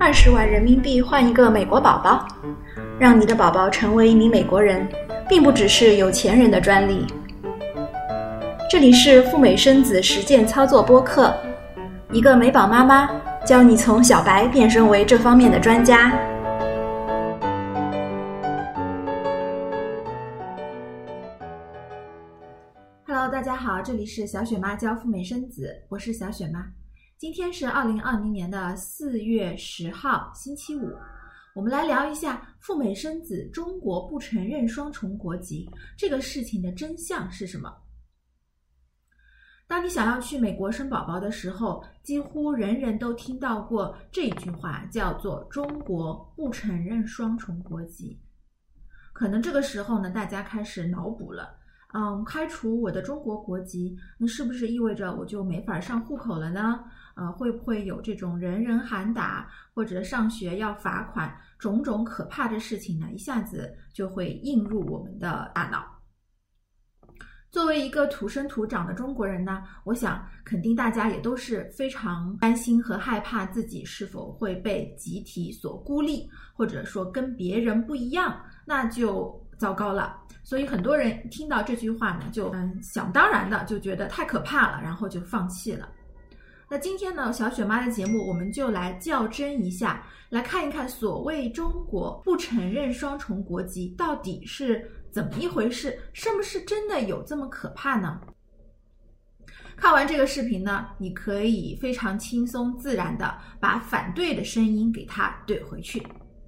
20万人民币换一个美国宝宝，让你的宝宝成为一名美国人，并不只是有钱人的专利。这里是赴美生子实践操作播客，一个美宝妈妈教你从小白变身为这方面的专家。Hello， 大家好，这里是小雪妈教赴美生子，我是小雪妈。今天是2020年的4月10号，星期五。我们来聊一下赴美生子，中国不承认双重国籍这个事情的真相是什么？当你想要去美国生宝宝的时候，几乎人人都听到过这一句话，叫做中国不承认双重国籍。可能这个时候呢，大家开始脑补了，开除我的中国国籍，那是不是意味着我就没法上户口了呢？会不会有这种人人喊打，或者上学要罚款，种种可怕的事情呢，一下子就会映入我们的大脑。作为一个土生土长的中国人呢，我想肯定大家也都是非常担心和害怕自己是否会被集体所孤立，或者说跟别人不一样，那就糟糕了。所以很多人听到这句话呢，就想当然的就觉得太可怕了，然后就放弃了。那今天呢，小雪妈的节目我们就来较真一下，来看一看所谓中国不承认双重国籍到底是怎么一回事，是不是真的有这么可怕呢？看完这个视频呢，你可以非常轻松自然的把反对的声音给它怼回去。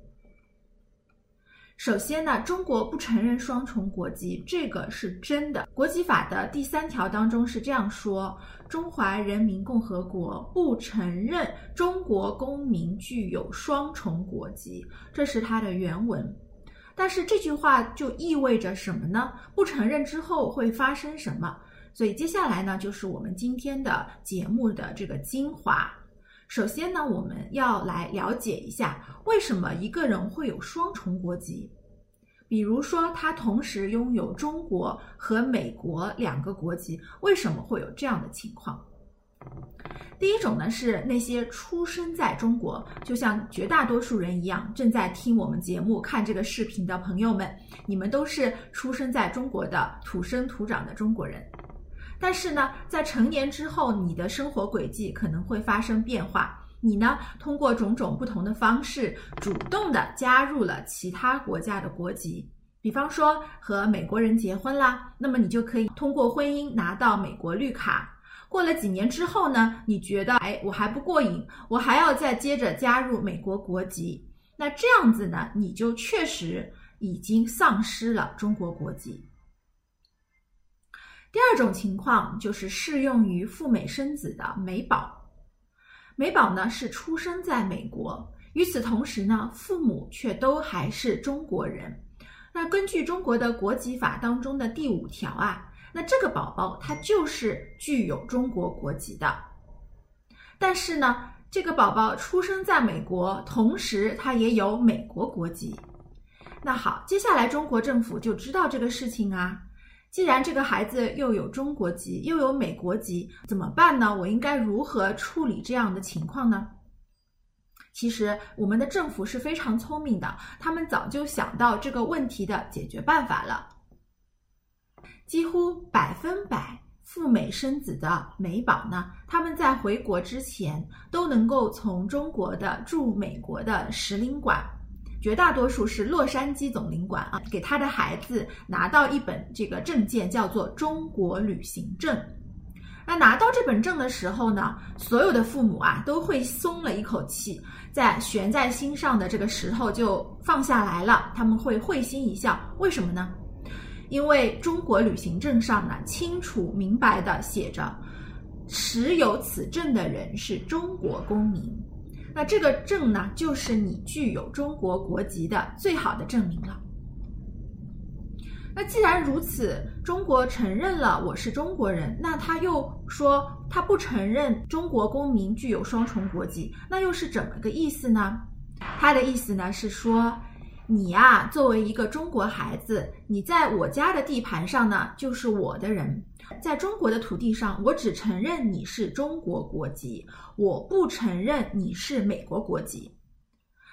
首先呢，中国不承认双重国籍，这个是真的。国籍法的第3条当中是这样说：中华人民共和国不承认中国公民具有双重国籍，这是它的原文。但是这句话就意味着什么呢？不承认之后会发生什么？所以接下来呢，就是我们今天的节目的这个精华。首先呢，我们要来了解一下为什么一个人会有双重国籍。比如说他同时拥有中国和美国2个国籍，为什么会有这样的情况？第一种呢，是那些出生在中国，就像绝大多数人一样，正在听我们节目看这个视频的朋友们，你们都是出生在中国的土生土长的中国人。但是呢，在成年之后，你的生活轨迹可能会发生变化，你呢，通过种种不同的方式，主动的加入了其他国家的国籍。比方说和美国人结婚啦，那么你就可以通过婚姻拿到美国绿卡。过了几年之后呢，你觉得我还不过瘾，我还要再接着加入美国国籍。那这样子呢，你就确实已经丧失了中国国籍。第二种情况就是适用于赴美生子的美宝。美宝呢是出生在美国，与此同时呢，父母却都还是中国人。那根据中国的国籍法当中的第5条啊，那这个宝宝他就是具有中国国籍的。但是呢，这个宝宝出生在美国，同时他也有美国国籍。那好，接下来中国政府就知道这个事情啊。既然这个孩子又有中国籍又有美国籍，怎么办呢？我应该如何处理这样的情况呢？其实我们的政府是非常聪明的，他们早就想到这个问题的解决办法了。几乎100%赴美生子的美宝呢，他们在回国之前都能够从中国的驻美国的使领馆，绝大多数是洛杉矶总领馆给他的孩子拿到一本这个证件，叫做中国旅行证。那拿到这本证的时候呢，所有的父母啊都会松了一口气，在悬在心上的这个石头就放下来了，他们会会心一笑。为什么呢？因为中国旅行证上呢清楚明白的写着，持有此证的人是中国公民。那这个证呢，就是你具有中国国籍的最好的证明了。那既然如此，中国承认了我是中国人，那他又说他不承认中国公民具有双重国籍，那又是怎么个意思呢？他的意思呢是说，你啊作为一个中国孩子，你在我家的地盘上呢就是我的人，在中国的土地上，我只承认你是中国国籍，我不承认你是美国国籍。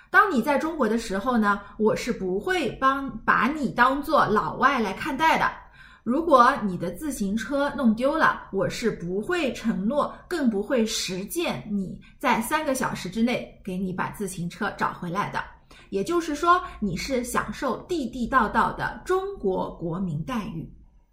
当你在中国的时候呢，我是不会把你当作老外来看待的。如果你的自行车弄丢了，我是不会承诺，更不会实践你在3个小时之内给你把自行车找回来的。也就是说，你是享受地地道道的中国国民待遇。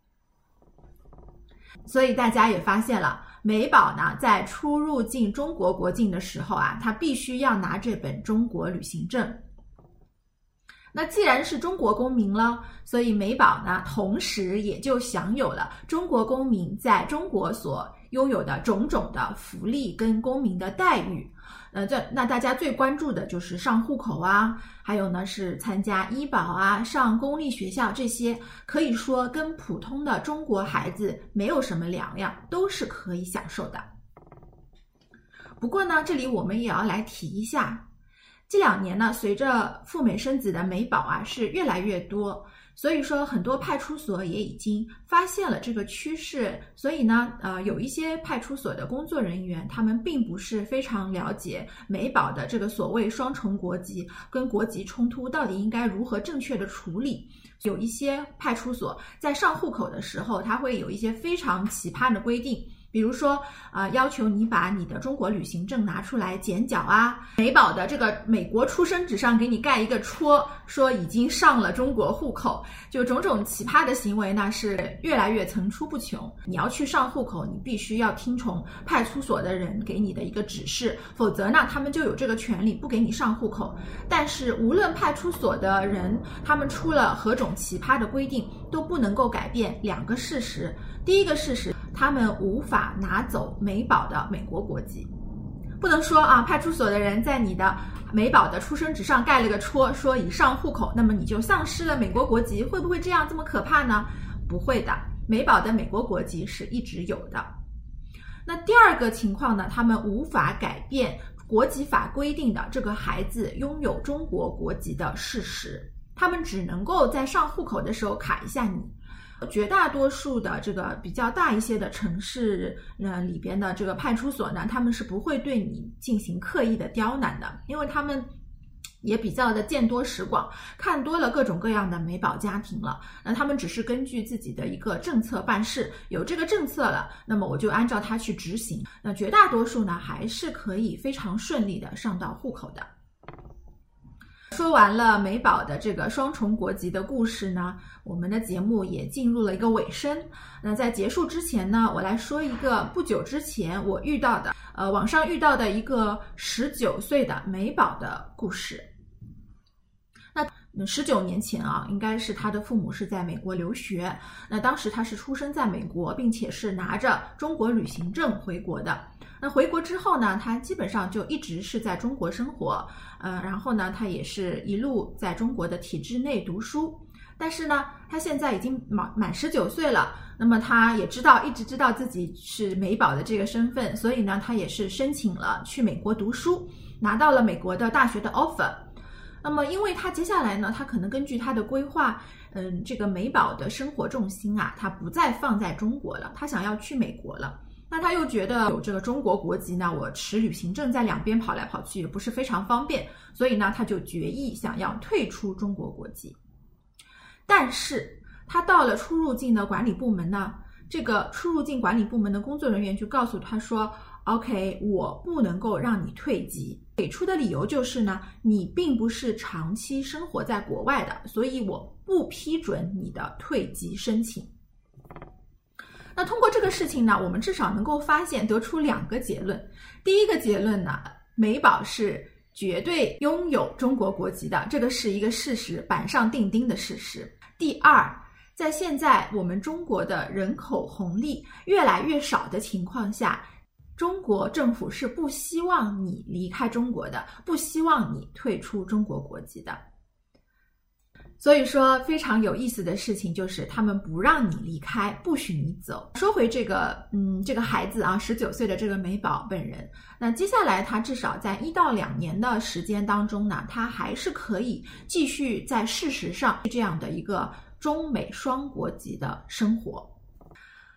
所以大家也发现了，美宝呢在出入境中国国境的时候啊，他必须要拿这本中国旅行证。那既然是中国公民了，所以美宝呢同时也就享有了中国公民在中国所拥有的种种的福利跟公民的待遇。那大家最关注的就是上户口啊，还有呢是参加医保啊，上公立学校，这些可以说跟普通的中国孩子没有什么两样，都是可以享受的。不过呢，这里我们也要来提一下，这2年呢，随着赴美生子的美宝啊是越来越多，所以说很多派出所也已经发现了这个趋势，所以呢，有一些派出所的工作人员，他们并不是非常了解美宝的这个所谓双重国籍跟国籍冲突到底应该如何正确的处理。有一些派出所在上户口的时候，它会有一些非常奇葩的规定。比如说要求你把你的中国旅行证拿出来剪角啊，美宝的这个美国出生纸上给你盖一个戳，说已经上了中国户口，就种种奇葩的行为呢是越来越层出不穷。你要去上户口，你必须要听从派出所的人给你的一个指示，否则呢他们就有这个权利不给你上户口。但是无论派出所的人他们出了何种奇葩的规定，都不能够改变2个事实。第一个事实，他们无法拿走美宝的美国国籍。不能说派出所的人在你的美宝的出生纸上盖了个戳，说已上户口，那么你就丧失了美国国籍，会不会这样这么可怕呢？不会的，美宝的美国国籍是一直有的。那第2个情况呢，他们无法改变国籍法规定的这个孩子拥有中国国籍的事实，他们只能够在上户口的时候卡一下你。绝大多数的这个比较大一些的城市里边的这个派出所呢，他们是不会对你进行刻意的刁难的，因为他们也比较的见多识广，看多了各种各样的美宝家庭了，那他们只是根据自己的一个政策办事，有这个政策了，那么我就按照它去执行。那绝大多数呢还是可以非常顺利的上到户口的。说完了美宝的这个双重国籍的故事呢，我们的节目也进入了一个尾声。那在结束之前呢，我来说一个不久之前我遇到的网上遇到的一个19岁的美宝的故事。那19年前应该是他的父母是在美国留学，那当时他是出生在美国，并且是拿着中国旅行证回国的。那回国之后呢，他基本上就一直是在中国生活，然后呢，他也是一路在中国的体制内读书。但是呢，他现在已经满19岁了，那么他也一直知道自己是美宝的这个身份，所以呢，他也是申请了去美国读书，拿到了美国的大学的 offer。那么因为他接下来呢，他可能根据他的规划，这个美宝的生活重心他不再放在中国了，他想要去美国了。那他又觉得有这个中国国籍呢，我持旅行证在2边跑来跑去也不是非常方便，所以呢，他就决意想要退出中国国籍。但是他到了出入境的管理部门呢，这个出入境管理部门的工作人员就告诉他说 OK， 我不能够让你退籍，给出的理由就是呢，你并不是长期生活在国外的，所以我不批准你的退籍申请。那通过这个事情呢，我们至少能够得出2个结论。第一个结论呢，美宝是绝对拥有中国国籍的，这个是一个事实，板上钉钉的事实。第2，在现在我们中国的人口红利越来越少的情况下，中国政府是不希望你离开中国的，不希望你退出中国国籍的。所以说非常有意思的事情就是他们不让你离开，不许你走。说回这个孩子19岁的这个美宝本人，那接下来他至少在1到2年的时间当中呢，他还是可以继续在事实上这样的一个中美双国籍的生活。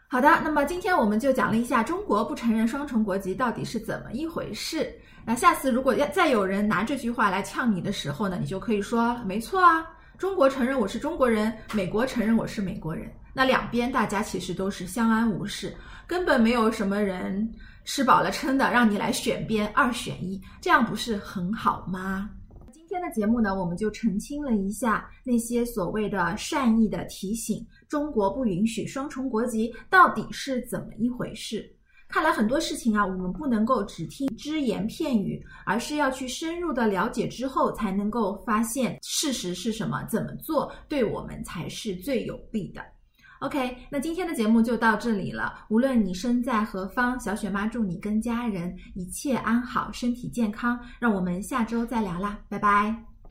好的，那么今天我们就讲了一下中国不承认双重国籍到底是怎么一回事。那下次如果再有人拿这句话来呛你的时候呢，你就可以说，没错啊，中国承认我是中国人，美国承认我是美国人，那两边大家其实都是相安无事，根本没有什么人吃饱了撑的让你来选边2选1，这样不是很好吗？今天的节目呢，我们就澄清了一下那些所谓的善意的提醒，中国不允许双重国籍到底是怎么一回事。看来很多事情啊，我们不能够只听只言片语，而是要去深入的了解之后，才能够发现事实是什么，怎么做对我们才是最有利的。OK， 那今天的节目就到这里了。无论你身在何方，小雪妈祝你跟家人一切安好，身体健康。让我们下周再聊啦，拜拜。